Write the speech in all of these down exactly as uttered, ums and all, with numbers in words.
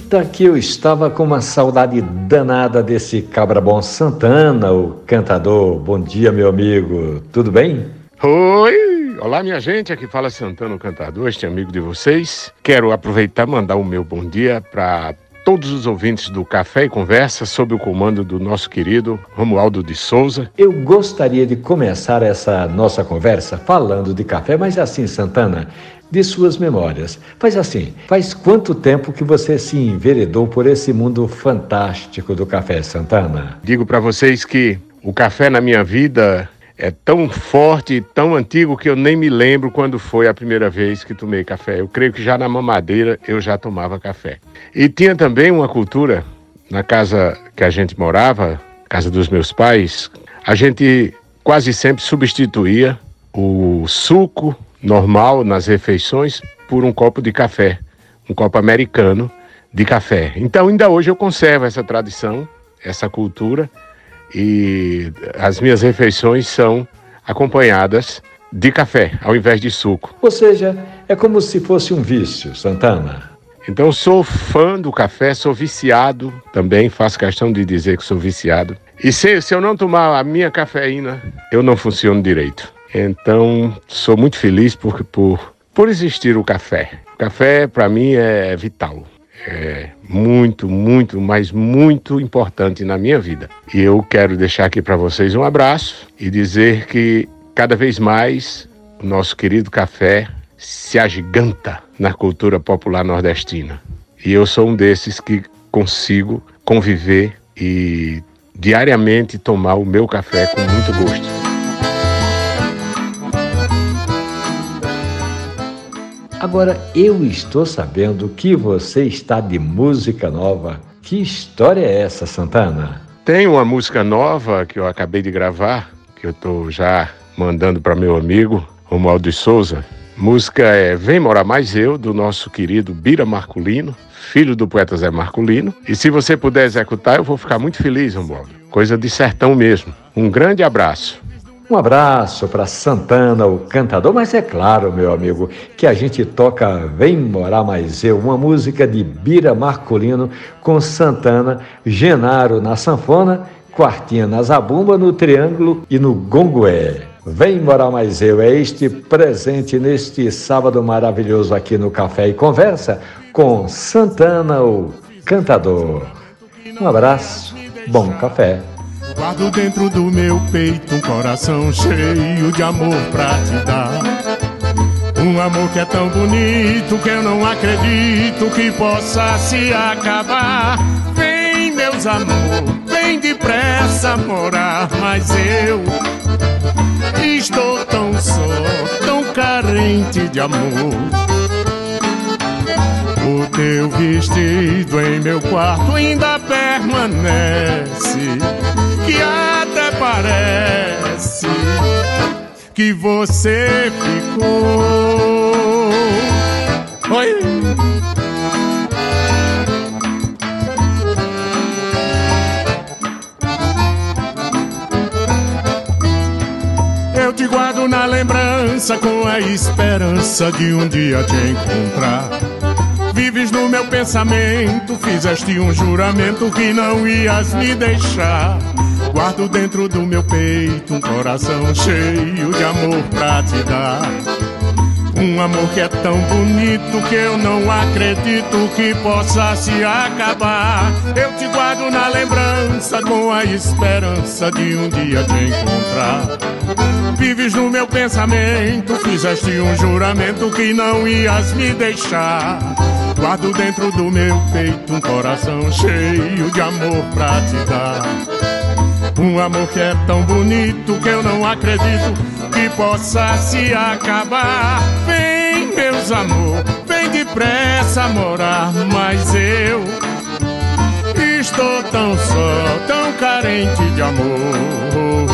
Eita, que eu estava com uma saudade danada desse cabra bom Santana, o cantador. Bom dia, meu amigo. Tudo bem? Oi! Olá, minha gente. Aqui fala Santana, o cantador, este amigo de vocês. Quero aproveitar e mandar o meu bom dia para todos os ouvintes do Café e Conversa, sob o comando do nosso querido Romualdo de Souza. Eu gostaria de começar essa nossa conversa falando de café, mas assim, Santana, de suas memórias. Faz assim, faz quanto tempo que você se enveredou por esse mundo fantástico do café, Santana? Digo para vocês que o café na minha vida é tão forte e tão antigo que eu nem me lembro quando foi a primeira vez que tomei café. Eu creio que já na mamadeira eu já tomava café. E tinha também uma cultura, na casa que a gente morava, casa dos meus pais, a gente quase sempre substituía o suco normal nas refeições por um copo de café, um copo americano de café. Então ainda hoje eu conservo essa tradição, essa cultura, e as minhas refeições são acompanhadas de café, ao invés de suco. Ou seja, é como se fosse um vício, Santana. Então sou fã do café, sou viciado também, faço questão de dizer que sou viciado. E se, se eu não tomar a minha cafeína, eu não funciono direito. Então sou muito feliz por, por, por existir o café. O café para mim é vital. É muito, muito, mas muito importante na minha vida. E eu quero deixar aqui para vocês um abraço e dizer que cada vez mais o nosso querido café se agiganta na cultura popular nordestina. E eu sou um desses que consigo conviver e diariamente tomar o meu café com muito gosto. Agora, eu estou sabendo que você está de música nova. Que história é essa, Santana? Tem uma música nova que eu acabei de gravar, que eu estou já mandando para meu amigo Romualdo de Souza. Música é Vem Morar Mais Eu, do nosso querido Bira Marculino, filho do poeta Zé Marculino. E se você puder executar, eu vou ficar muito feliz, Romualdo. Coisa de sertão mesmo. Um grande abraço. Um abraço para Santana, o cantador, mas é claro, meu amigo, que a gente toca Vem Morar Mais Eu, uma música de Bira Marculino com Santana, Genaro na sanfona, Quartinha na zabumba, no triângulo e no gongoé. Vem Morar Mais Eu é este presente neste sábado maravilhoso aqui no Café e Conversa com Santana, o cantador. Um abraço, bom café. Guardo dentro do meu peito um coração cheio de amor pra te dar. Um amor que é tão bonito que eu não acredito que possa se acabar. Vem, meus amor, vem depressa morar, mas eu estou tão só, tão carente de amor. O teu vestido em meu quarto ainda permanece, que até parece que você ficou. Oi! Eu te guardo na lembrança com a esperança de um dia te encontrar. Vives no meu pensamento, fizeste um juramento que não ias me deixar. Guardo dentro do meu peito um coração cheio de amor pra te dar. Um amor que é tão bonito que eu não acredito que possa se acabar. Eu te guardo na lembrança com a esperança de um dia te encontrar. Vives no meu pensamento, fizeste um juramento que não ias me deixar. Guardo dentro do meu peito um coração cheio de amor pra te dar. Um amor que é tão bonito que eu não acredito que possa se acabar. Vem, meus amor, vem depressa morar, mas eu estou tão só, tão carente de amor.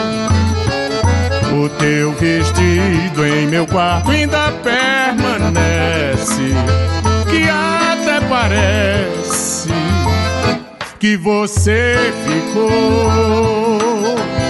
O teu vestido em meu quarto ainda permanece, que até parece que você ficou.